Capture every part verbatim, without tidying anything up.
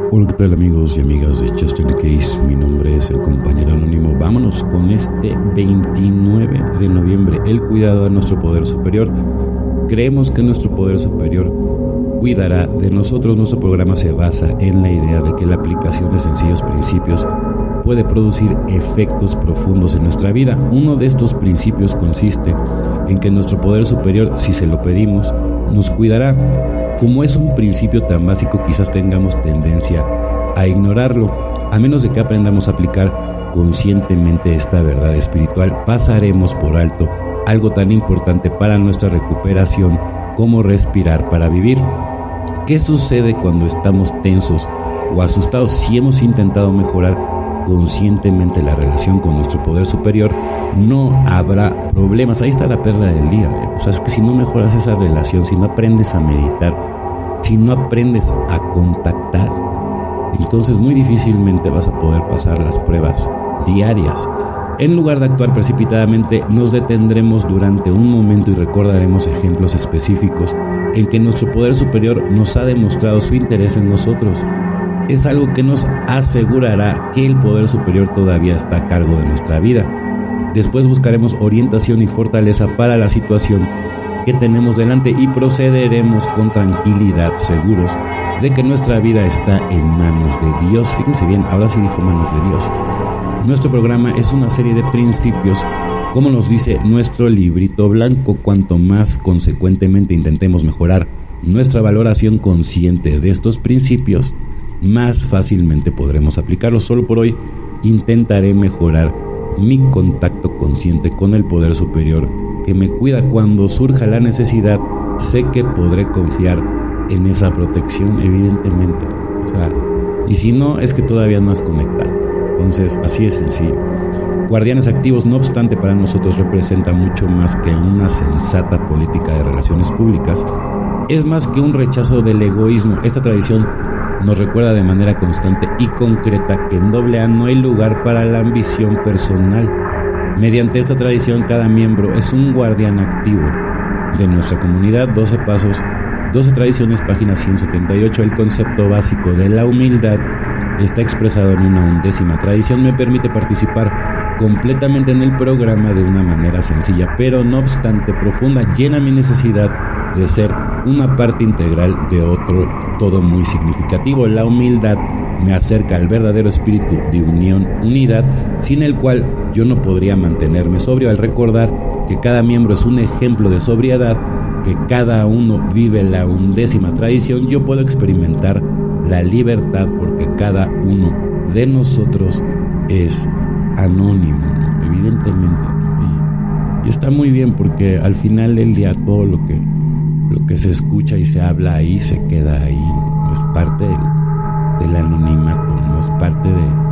Hola, ¿qué tal amigos y amigas de Just In Case? Mi nombre es el compañero anónimo. Vámonos con este veintinueve de noviembre. El cuidado de nuestro poder superior. Creemos que nuestro poder superior cuidará de nosotros. Nuestro programa se basa en la idea de que la aplicación de sencillos principios puede producir efectos profundos en nuestra vida. Uno de estos principios consiste en que nuestro poder superior, si se lo pedimos, nos cuidará. Como es un principio tan básico, quizás tengamos tendencia a ignorarlo. A menos de que aprendamos a aplicar conscientemente esta verdad espiritual, pasaremos por alto algo tan importante para nuestra recuperación como respirar para vivir. ¿Qué sucede cuando estamos tensos o asustados? Si hemos intentado mejorar conscientemente la relación con nuestro poder superior, no habrá problemas. Ahí está la perla del día, ¿eh? O sea, es que si no mejoras esa relación, si no aprendes a meditar, si no aprendes a contactar, entonces muy difícilmente vas a poder pasar las pruebas diarias. En lugar de actuar precipitadamente, nos detendremos durante un momento y recordaremos ejemplos específicos en que nuestro poder superior nos ha demostrado su interés en nosotros. Es algo que nos asegurará que el poder superior todavía está a cargo de nuestra vida. Después buscaremos orientación y fortaleza para la situación que tenemos delante y procederemos con tranquilidad, seguros de que nuestra vida está en manos de Dios. Fíjense bien, ahora sí dijo manos de Dios. Nuestro programa es una serie de principios, como nos dice nuestro librito blanco. Cuanto más consecuentemente intentemos mejorar nuestra valoración consciente de estos principios, más fácilmente podremos aplicarlos. Solo por hoy intentaré mejorar mi contacto consciente con el poder superior que me cuida. Cuando surja la necesidad, sé que podré confiar en esa protección, evidentemente. O sea, y si no, es que todavía no has conectado. Entonces, así es sencillo. Guardianes activos, no obstante, para nosotros representa mucho más que una sensata política de relaciones públicas. Es más que un rechazo del egoísmo. Esta tradición nos recuerda de manera constante y concreta que en doble A no hay lugar para la ambición personal. Mediante esta tradición, cada miembro es un guardián activo de nuestra comunidad. doce pasos, doce tradiciones, página ciento setenta y ocho. El concepto básico de la humildad está expresado en una undécima tradición. Me permite participar completamente en el programa de una manera sencilla, pero no obstante profunda. Llena mi necesidad de ser una parte integral de otro todo muy significativo. La humildad me acerca al verdadero espíritu de unión, unidad, sin el cual yo no podría mantenerme sobrio. Al recordar que cada miembro es un ejemplo de sobriedad, que cada uno vive la undécima tradición, yo puedo experimentar la libertad, porque cada uno de nosotros es anónimo, ¿no? Evidentemente, ¿no? Y, y está muy bien, porque al final del día todo lo que lo que se escucha y se habla ahí se queda ahí, ¿no? Es parte del, del anonimato, ¿no? Es parte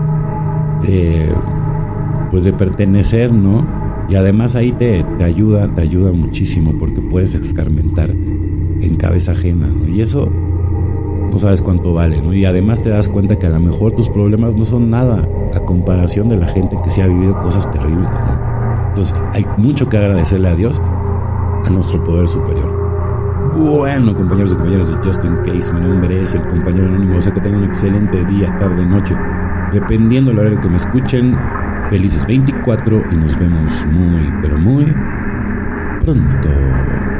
de, de pues de pertenecer, ¿no? Y además ahí te, te ayuda, te ayuda muchísimo, porque puedes escarmentar en cabeza ajena, ¿no? Y eso no sabes cuánto vale, ¿no? Y además te das cuenta que a lo mejor tus problemas no son nada a comparación de la gente que sí ha vivido cosas terribles, ¿no? Entonces hay mucho que agradecerle a Dios, a nuestro poder superior. Bueno, compañeros y compañeras de Just In Case, mi nombre es el compañero anónimo. O sea, que tengan un excelente día, tarde, noche, dependiendo del horario que me escuchen. Felices veinticuatro y nos vemos muy, pero muy pronto.